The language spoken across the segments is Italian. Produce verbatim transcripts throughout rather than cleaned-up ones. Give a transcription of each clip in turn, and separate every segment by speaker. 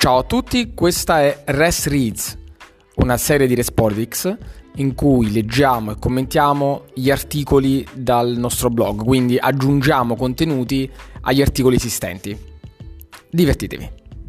Speaker 1: Ciao a tutti, questa è Res Reads, una serie di Respolitics in cui leggiamo e commentiamo gli articoli dal nostro blog, quindi aggiungiamo contenuti agli articoli esistenti. Divertitevi!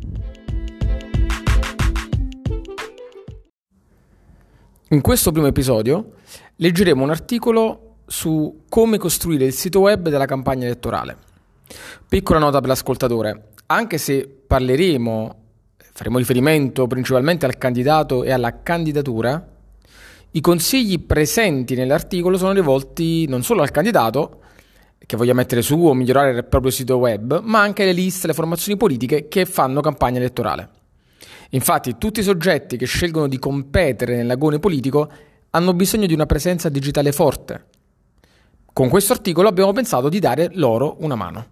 Speaker 1: In questo primo episodio leggeremo un articolo su come costruire il sito web della campagna elettorale. Piccola nota per l'ascoltatore, anche se parleremo, faremo riferimento principalmente al candidato e alla candidatura, i consigli presenti nell'articolo sono rivolti non solo al candidato, che voglia mettere su o migliorare il proprio sito web, ma anche alle liste e alle formazioni politiche che fanno campagna elettorale. Infatti, tutti i soggetti che scelgono di competere nell'agone politico hanno bisogno di una presenza digitale forte. Con questo articolo abbiamo pensato di dare loro una mano.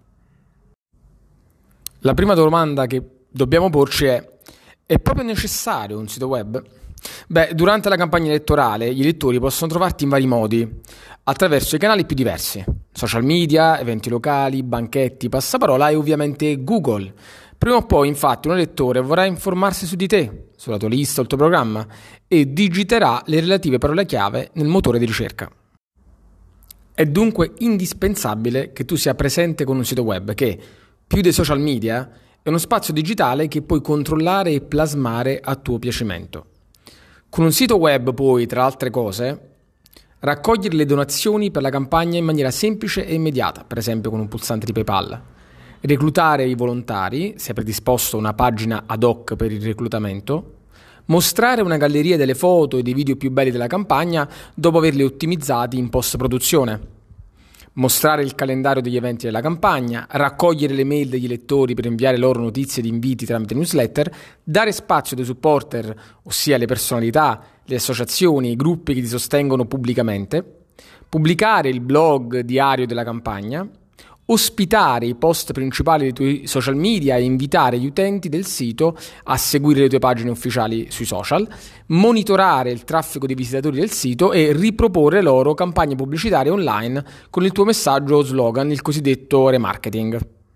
Speaker 1: La prima domanda che dobbiamo porci è: è proprio necessario un sito web? Beh, durante la campagna elettorale gli elettori possono trovarti in vari modi, attraverso i canali più diversi: social media, eventi locali, banchetti, passaparola e ovviamente Google. Prima o poi, infatti, un elettore vorrà informarsi su di te, sulla tua lista o il tuo programma, e digiterà le relative parole chiave nel motore di ricerca. È dunque indispensabile che tu sia presente con un sito web che, più dei social media, è uno spazio digitale che puoi controllare e plasmare a tuo piacimento. Con un sito web puoi, tra altre cose, raccogliere le donazioni per la campagna in maniera semplice e immediata, per esempio con un pulsante di PayPal, reclutare i volontari, se hai predisposto una pagina ad hoc per il reclutamento, mostrare una galleria delle foto e dei video più belli della campagna dopo averli ottimizzati in post-produzione, mostrare il calendario degli eventi della campagna, raccogliere le mail degli elettori per inviare loro notizie ed inviti tramite newsletter, dare spazio ai supporter, ossia le personalità, le associazioni, i gruppi che ti sostengono pubblicamente, pubblicare il blog diario della campagna, ospitare i post principali dei tuoi social media e invitare gli utenti del sito a seguire le tue pagine ufficiali sui social, monitorare il traffico dei visitatori del sito e riproporre loro campagne pubblicitarie online con il tuo messaggio o slogan, il cosiddetto remarketing.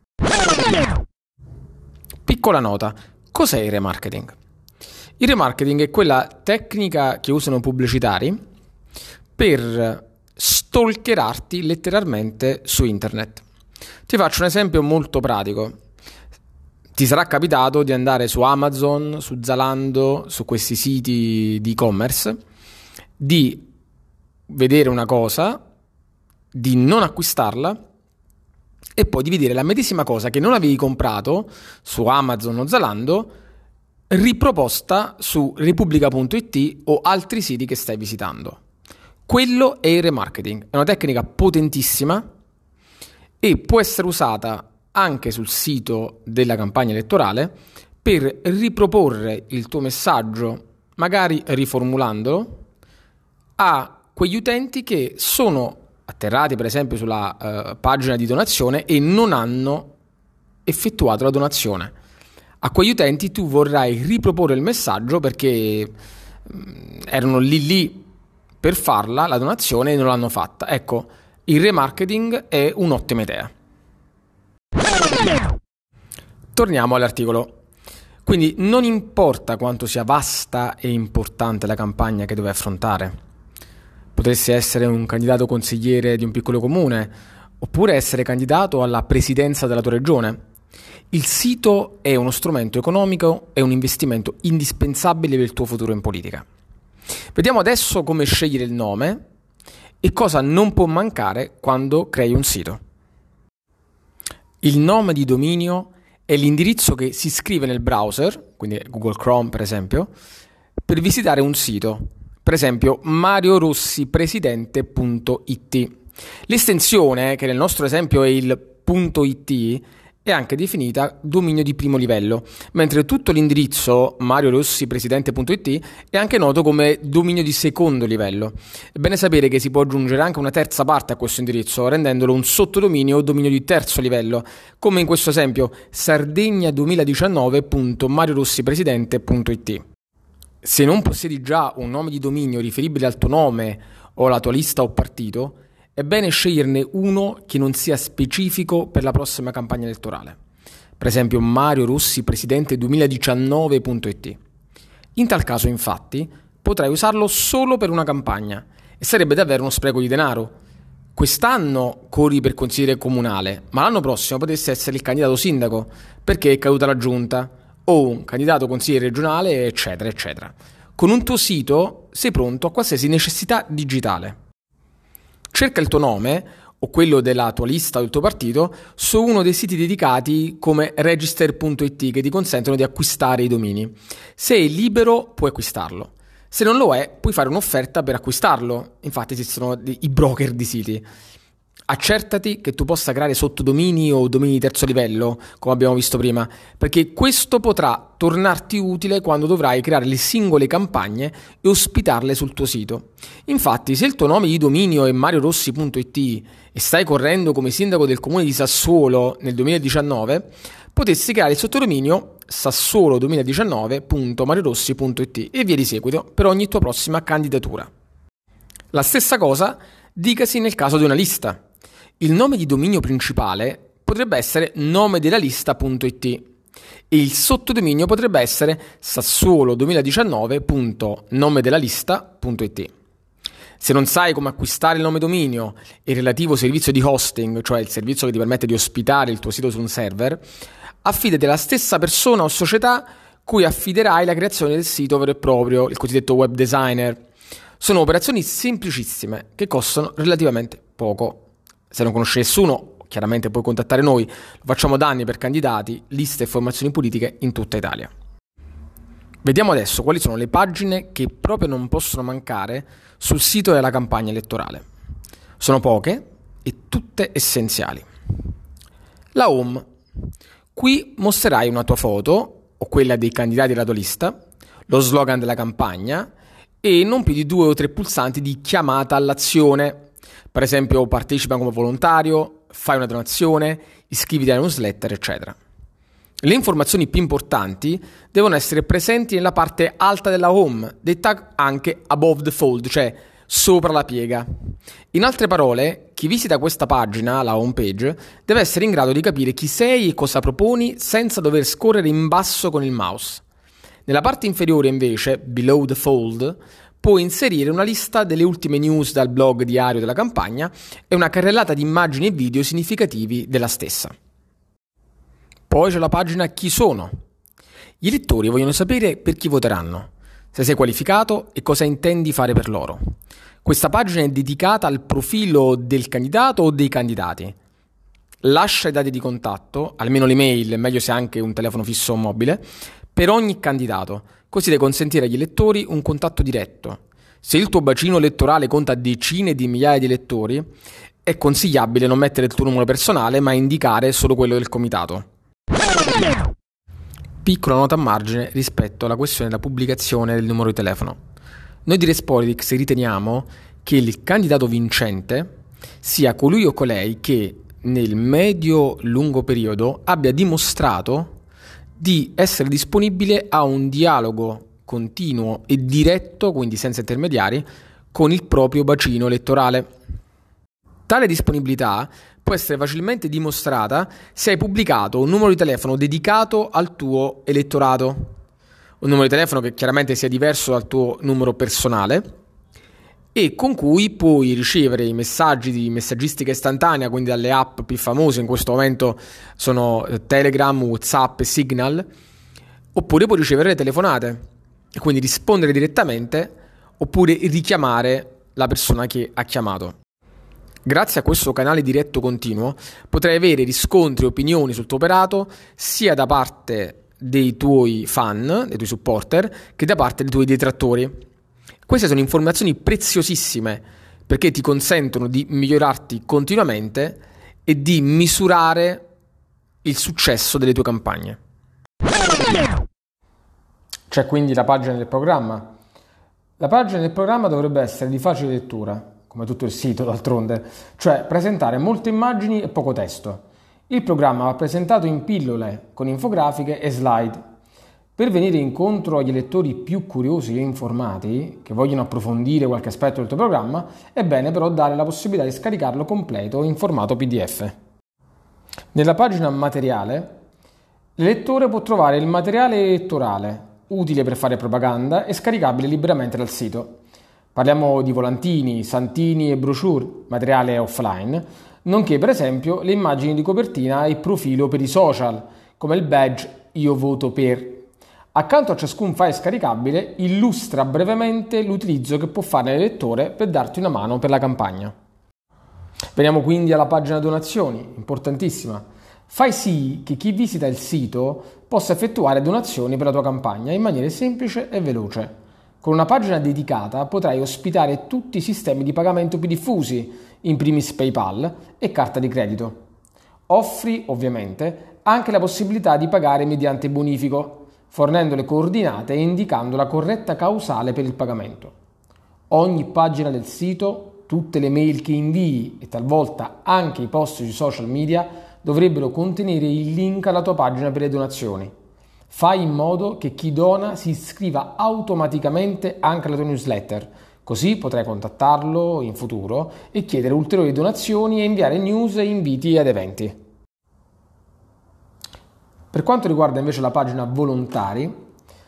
Speaker 1: Piccola nota, cos'è il remarketing? Il remarketing è quella tecnica che usano pubblicitari per stalkerarti letteralmente su internet. Ti faccio un esempio molto pratico. Ti sarà capitato di andare su Amazon, su Zalando, su questi siti di e-commerce, di vedere una cosa, di non acquistarla e poi di vedere la medesima cosa che non avevi comprato su Amazon o Zalando riproposta su Repubblica punto it o altri siti che stai visitando. Quello è il remarketing, è una tecnica potentissima e può essere usata anche sul sito della campagna elettorale per riproporre il tuo messaggio, magari riformulandolo, a quegli utenti che sono atterrati per esempio sulla uh, pagina di donazione e non hanno effettuato la donazione. A quegli utenti tu vorrai riproporre il messaggio perché mh, erano lì lì per farla, la donazione, e non l'hanno fatta. Ecco, il remarketing è un'ottima idea. Torniamo all'articolo. Quindi non importa quanto sia vasta e importante la campagna che dovrai affrontare. Potresti essere un candidato consigliere di un piccolo comune, oppure essere candidato alla presidenza della tua regione. Il sito è uno strumento economico e un investimento indispensabile per il tuo futuro in politica. Vediamo adesso come scegliere il nome e cosa non può mancare quando crei un sito. Il nome di dominio è l'indirizzo che si scrive nel browser, quindi Google Chrome per esempio, per visitare un sito, per esempio mario rossi presidente punto it. L'estensione, che nel nostro esempio è il .it, è anche definita dominio di primo livello, mentre tutto l'indirizzo mario rossi presidente punto it è anche noto come dominio di secondo livello. È bene sapere che si può aggiungere anche una terza parte a questo indirizzo, rendendolo un sottodominio o dominio di terzo livello, come in questo esempio sardegna duemiladiciannove punto mario rossi presidente punto it. Se non possiedi già un nome di dominio riferibile al tuo nome o alla tua lista o partito, è bene sceglierne uno che non sia specifico per la prossima campagna elettorale. per esempio Mario Rossi presidente duemiladiciannove punto it. In tal caso, infatti, potrai usarlo solo per una campagna e sarebbe davvero uno spreco di denaro. Quest'anno corri per consigliere comunale, ma l'anno prossimo potresti essere il candidato sindaco perché è caduta la giunta, o un candidato consigliere regionale, eccetera, eccetera. Con un tuo sito sei pronto a qualsiasi necessità digitale. Cerca il tuo nome o quello della tua lista o del tuo partito su uno dei siti dedicati come register punto it che ti consentono di acquistare i domini. Se è libero puoi acquistarlo. Se non lo è, puoi fare un'offerta per acquistarlo. Infatti esistono i broker di siti. Accertati che tu possa creare sottodomini o domini di terzo livello, come abbiamo visto prima, perché questo potrà tornarti utile quando dovrai creare le singole campagne e ospitarle sul tuo sito. Infatti, se il tuo nome di dominio è mario rossi punto it e stai correndo come sindaco del comune di Sassuolo nel duemiladiciannove, potresti creare il sottodominio sassuolo duemiladiciannove punto mario rossi punto it e via di seguito per ogni tua prossima candidatura. La stessa cosa dicasi nel caso di una lista. Il nome di dominio principale potrebbe essere nome della lista punto it e il sottodominio potrebbe essere sassuolo duemiladiciannove punto nome della lista punto it. Se non sai come acquistare il nome dominio e il relativo servizio di hosting, cioè il servizio che ti permette di ospitare il tuo sito su un server, affidati alla stessa persona o società cui affiderai la creazione del sito vero e proprio, il cosiddetto web designer. Sono operazioni semplicissime che costano relativamente poco. Se non conosci nessuno, chiaramente puoi contattare noi, lo facciamo da anni per candidati, liste e formazioni politiche in tutta Italia. Vediamo adesso quali sono le pagine che proprio non possono mancare sul sito della campagna elettorale. Sono poche e tutte essenziali. La home. Qui mostrerai una tua foto o quella dei candidati della tua lista, lo slogan della campagna e non più di due o tre pulsanti di chiamata all'azione. Per esempio, partecipa come volontario, fai una donazione, iscriviti alla newsletter, eccetera. Le informazioni più importanti devono essere presenti nella parte alta della home, detta anche above the fold, cioè sopra la piega. In altre parole, chi visita questa pagina, la home page, deve essere in grado di capire chi sei e cosa proponi senza dover scorrere in basso con il mouse. Nella parte inferiore, invece, below the fold, puoi inserire una lista delle ultime news dal blog diario della campagna e una carrellata di immagini e video significativi della stessa. Poi c'è la pagina Chi sono. Gli elettori vogliono sapere per chi voteranno, se sei qualificato e cosa intendi fare per loro. Questa pagina è dedicata al profilo del candidato o dei candidati. Lascia i dati di contatto, almeno l'email, meglio se anche un telefono fisso o mobile, per ogni candidato, così da consentire agli elettori un contatto diretto. Se il tuo bacino elettorale conta decine di migliaia di elettori, è consigliabile non mettere il tuo numero personale, ma indicare solo quello del comitato. Piccola nota a margine rispetto alla questione della pubblicazione del numero di telefono. Noi di Respolitics riteniamo che il candidato vincente sia colui o colei che nel medio-lungo periodo abbia dimostrato di essere disponibile a un dialogo continuo e diretto, quindi senza intermediari, con il proprio bacino elettorale. Tale disponibilità può essere facilmente dimostrata se hai pubblicato un numero di telefono dedicato al tuo elettorato, un numero di telefono che chiaramente sia diverso dal tuo numero personale e con cui puoi ricevere i messaggi di messaggistica istantanea, quindi dalle app più famose, in questo momento sono Telegram, WhatsApp e Signal, oppure puoi ricevere le telefonate e quindi rispondere direttamente oppure richiamare la persona che ha chiamato. Grazie a questo canale diretto continuo potrai avere riscontri e opinioni sul tuo operato sia da parte dei tuoi fan, dei tuoi supporter, che da parte dei tuoi detrattori. Queste sono informazioni preziosissime perché ti consentono di migliorarti continuamente e di misurare il successo delle tue campagne. C'è quindi la pagina del programma. La pagina del programma dovrebbe essere di facile lettura, come tutto il sito d'altronde, cioè presentare molte immagini e poco testo. Il programma va presentato in pillole con infografiche e slide. Per venire incontro agli lettori più curiosi e informati, che vogliono approfondire qualche aspetto del tuo programma, è bene però dare la possibilità di scaricarlo completo in formato P D F. Nella pagina materiale L'elettore può trovare il materiale elettorale, utile per fare propaganda e scaricabile liberamente dal sito. Parliamo di volantini, santini e brochure, materiale offline, nonché per esempio le immagini di copertina e profilo per i social, come il badge Io voto per. Accanto a ciascun file scaricabile illustra brevemente l'utilizzo che può fare l'elettore per darti una mano per la campagna. Veniamo quindi alla pagina donazioni, importantissima. Fai sì che chi visita il sito possa effettuare donazioni per la tua campagna in maniera semplice e veloce. Con una pagina dedicata potrai ospitare tutti i sistemi di pagamento più diffusi, in primis PayPal e carta di credito. Offri, ovviamente, anche la possibilità di pagare mediante bonifico, fornendo le coordinate e indicando la corretta causale per il pagamento. Ogni pagina del sito, tutte le mail che invii e talvolta anche i post sui social media dovrebbero contenere il link alla tua pagina per le donazioni. Fai in modo che chi dona si iscriva automaticamente anche alla tua newsletter, così potrai contattarlo in futuro e chiedere ulteriori donazioni e inviare news e inviti ad eventi. Per quanto riguarda invece la pagina volontari,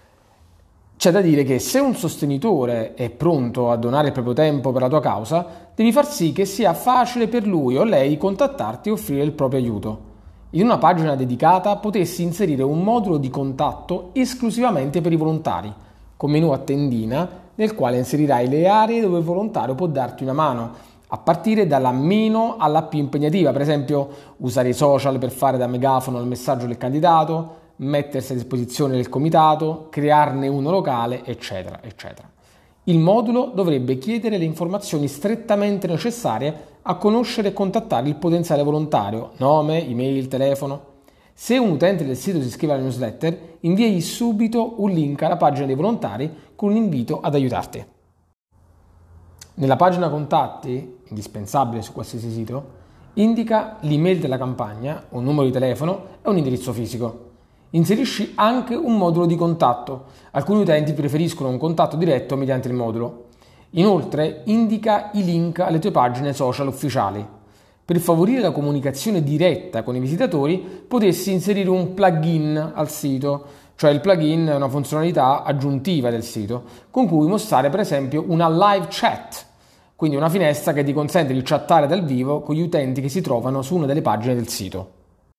Speaker 1: c'è da dire che se un sostenitore è pronto a donare il proprio tempo per la tua causa, devi far sì che sia facile per lui o lei contattarti e offrire il proprio aiuto. In una pagina dedicata potessi inserire un modulo di contatto esclusivamente per i volontari, con menu a tendina nel quale inserirai le aree dove il volontario può darti una mano, a partire dalla meno alla più impegnativa, per esempio usare i social per fare da megafono al messaggio del candidato, mettersi a disposizione del comitato, crearne uno locale, eccetera, eccetera. Il modulo dovrebbe chiedere le informazioni strettamente necessarie a conoscere e contattare il potenziale volontario, nome, email, telefono. Se un utente del sito si iscrive alla newsletter, inviagli subito un link alla pagina dei volontari con un invito ad aiutarti. Nella pagina contatti, indispensabile su qualsiasi sito, indica l'email della campagna, un numero di telefono e un indirizzo fisico. Inserisci anche un modulo di contatto. Alcuni utenti preferiscono un contatto diretto mediante il modulo. Inoltre, indica i link alle tue pagine social ufficiali. Per favorire la comunicazione diretta con i visitatori, potessi inserire un plugin al sito, cioè il plugin è una funzionalità aggiuntiva del sito, con cui mostrare per esempio una live chat, quindi una finestra che ti consente di chattare dal vivo con gli utenti che si trovano su una delle pagine del sito.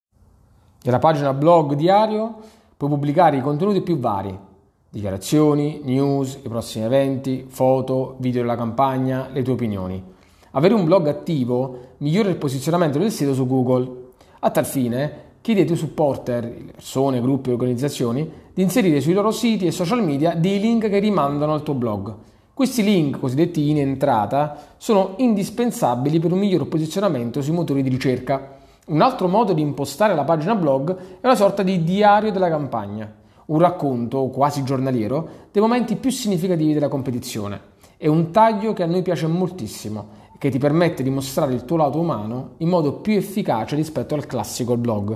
Speaker 1: Nella pagina blog diario puoi pubblicare i contenuti più vari, dichiarazioni, news, i prossimi eventi, foto, video della campagna, le tue opinioni. Avere un blog attivo migliora il posizionamento del sito su Google. A tal fine, chiedi ai tuoi supporter, persone, gruppi e organizzazioni, di inserire sui loro siti e social media dei link che rimandano al tuo blog. Questi link, cosiddetti in entrata, sono indispensabili per un miglior posizionamento sui motori di ricerca. Un altro modo di impostare la pagina blog è una sorta di diario della campagna, un racconto quasi giornaliero dei momenti più significativi della competizione. È un taglio che a noi piace moltissimo e che ti permette di mostrare il tuo lato umano in modo più efficace rispetto al classico blog.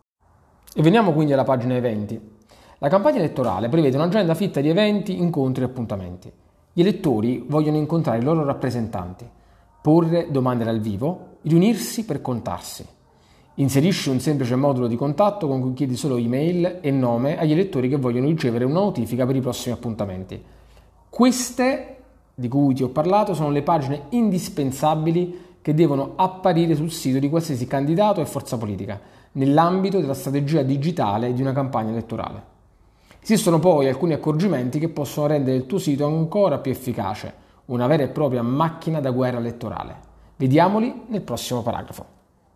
Speaker 1: E veniamo quindi alla pagina eventi. La campagna elettorale prevede un'agenda fitta di eventi, incontri e appuntamenti. Gli elettori vogliono incontrare i loro rappresentanti, porre domande dal vivo, riunirsi per contarsi. Inserisci un semplice modulo di contatto con cui chiedi solo email e nome agli elettori che vogliono ricevere una notifica per i prossimi appuntamenti. Queste, di cui ti ho parlato, sono le pagine indispensabili che devono apparire sul sito di qualsiasi candidato e forza politica, nell'ambito della strategia digitale di una campagna elettorale. Esistono poi alcuni accorgimenti che possono rendere il tuo sito ancora più efficace, una vera e propria macchina da guerra elettorale. Vediamoli nel prossimo paragrafo.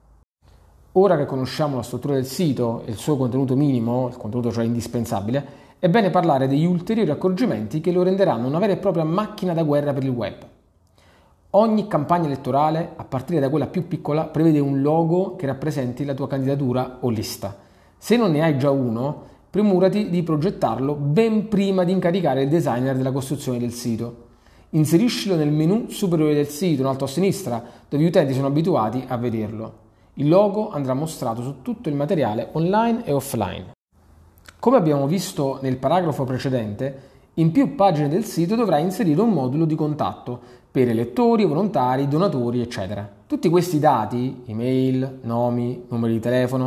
Speaker 1: Ora che conosciamo la struttura del sito e il suo contenuto minimo, il contenuto cioè indispensabile, è bene parlare degli ulteriori accorgimenti che lo renderanno una vera e propria macchina da guerra per il web. Ogni campagna elettorale, a partire da quella più piccola, prevede un logo che rappresenti la tua candidatura o lista. Se non ne hai già uno, premurati di progettarlo ben prima di incaricare il designer della costruzione del sito. Inseriscilo nel menu superiore del sito, in alto a sinistra, dove gli utenti sono abituati a vederlo. Il logo andrà mostrato su tutto il materiale online e offline. Come abbiamo visto nel paragrafo precedente, in più pagine del sito dovrai inserire un modulo di contatto per elettori, volontari, donatori, eccetera. Tutti questi dati, email, nomi, numeri di telefono,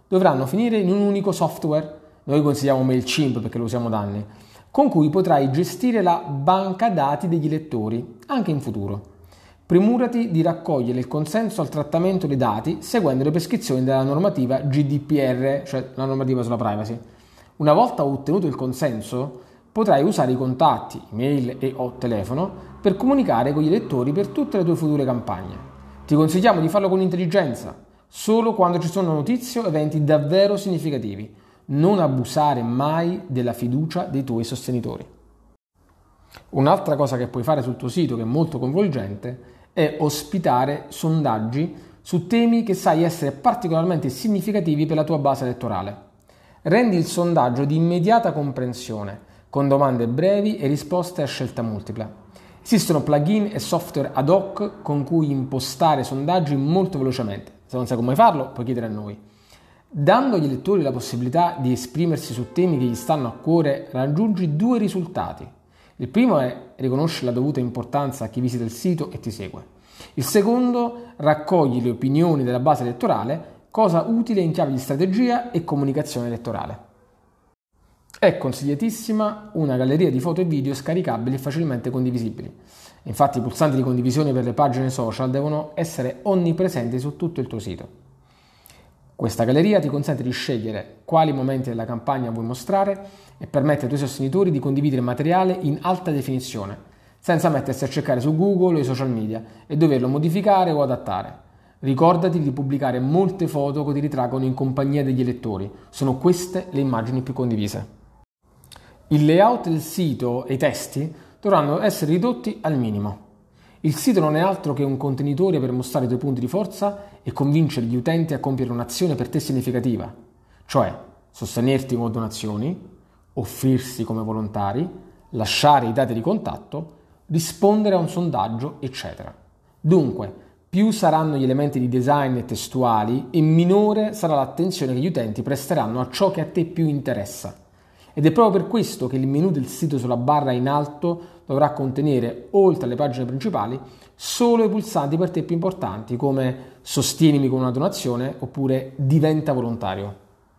Speaker 1: dovranno finire in un unico software, noi consigliamo MailChimp perché lo usiamo da anni, con cui potrai gestire la banca dati degli lettori, anche in futuro. Premurati di raccogliere il consenso al trattamento dei dati seguendo le prescrizioni della normativa G D P R, cioè la normativa sulla privacy. Una volta ottenuto il consenso, potrai usare i contatti, email e o telefono per comunicare con gli elettori per tutte le tue future campagne. Ti consigliamo di farlo con intelligenza, solo quando ci sono notizie o eventi davvero significativi. Non abusare mai della fiducia dei tuoi sostenitori. Un'altra cosa che puoi fare sul tuo sito, che è molto coinvolgente, è ospitare sondaggi su temi che sai essere particolarmente significativi per la tua base elettorale. Rendi il sondaggio di immediata comprensione, con domande brevi e risposte a scelta multipla. Esistono plugin e software ad hoc con cui impostare sondaggi molto velocemente. Se non sai come farlo, puoi chiedere a noi. Dando agli elettori la possibilità di esprimersi su temi che gli stanno a cuore, raggiungi due risultati. Il primo è riconoscere la dovuta importanza a chi visita il sito e ti segue. Il secondo, raccogli le opinioni della base elettorale, cosa utile in chiave di strategia e comunicazione elettorale. È consigliatissima una galleria di foto e video scaricabili e facilmente condivisibili. Infatti i pulsanti di condivisione per le pagine social devono essere onnipresenti su tutto il tuo sito. Questa galleria ti consente di scegliere quali momenti della campagna vuoi mostrare e permette ai tuoi sostenitori di condividere materiale in alta definizione, senza mettersi a cercare su Google o i social media e doverlo modificare o adattare. Ricordati di pubblicare molte foto che ti ritraggono in compagnia degli elettori, sono queste le immagini più condivise. Il layout del sito e i testi dovranno essere ridotti al minimo. Il sito non è altro che un contenitore per mostrare i tuoi punti di forza e convincere gli utenti a compiere un'azione per te significativa, cioè sostenerti con donazioni, offrirsi come volontari, lasciare i dati di contatto, rispondere a un sondaggio, eccetera. Dunque, più saranno gli elementi di design e testuali e minore sarà l'attenzione che gli utenti presteranno a ciò che a te più interessa. Ed è proprio per questo che il menu del sito sulla barra in alto dovrà contenere, oltre alle pagine principali, solo i pulsanti per te più importanti, come sostienimi con una donazione oppure diventa volontario.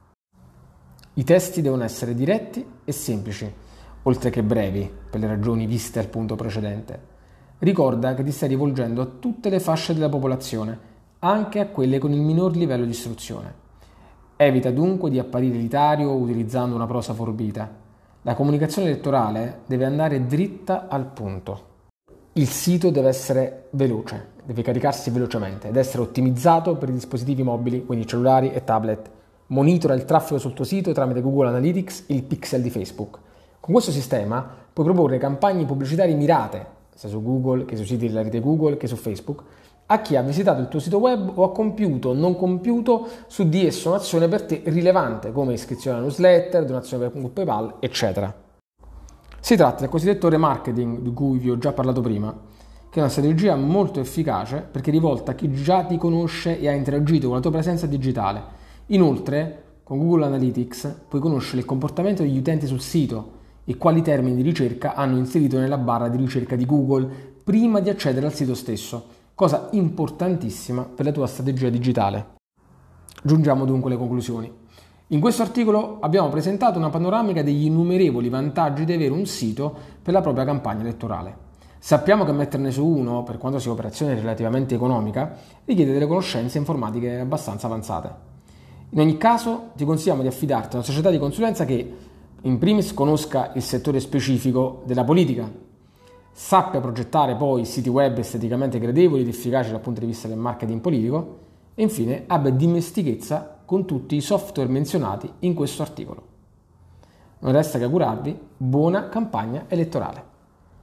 Speaker 1: I testi devono essere diretti e semplici, oltre che brevi, per le ragioni viste al punto precedente. Ricorda che ti stai rivolgendo a tutte le fasce della popolazione, anche a quelle con il minor livello di istruzione. Evita dunque di apparire elitario utilizzando una prosa forbita. La comunicazione elettorale deve andare dritta al punto. Il sito deve essere veloce, deve caricarsi velocemente ed essere ottimizzato per i dispositivi mobili, quindi cellulari e tablet. Monitora il traffico sul tuo sito tramite Google Analytics e il pixel di Facebook. Con questo sistema puoi proporre campagne pubblicitarie mirate, sia su Google che sui siti della rete Google che su Facebook, a chi ha visitato il tuo sito web o ha compiuto o non compiuto su di esso un'azione per te rilevante, come iscrizione alla newsletter, donazione per PayPal, eccetera. Si tratta del cosiddetto remarketing, di cui vi ho già parlato prima, che è una strategia molto efficace perché è rivolta a chi già ti conosce e ha interagito con la tua presenza digitale. Inoltre, con Google Analytics puoi conoscere il comportamento degli utenti sul sito e quali termini di ricerca hanno inserito nella barra di ricerca di Google prima di accedere al sito stesso, cosa importantissima per la tua strategia digitale. Giungiamo dunque alle conclusioni. In questo articolo abbiamo presentato una panoramica degli innumerevoli vantaggi di avere un sito per la propria campagna elettorale. Sappiamo che metterne su uno, per quanto sia operazione relativamente economica, richiede delle conoscenze informatiche abbastanza avanzate. In ogni caso ti consigliamo di affidarti a una società di consulenza che in primis conosca il settore specifico della politica, sappia progettare poi siti web esteticamente gradevoli ed efficaci dal punto di vista del marketing politico e infine abbia dimestichezza con tutti i software menzionati in questo articolo. Non resta che augurarvi buona campagna elettorale.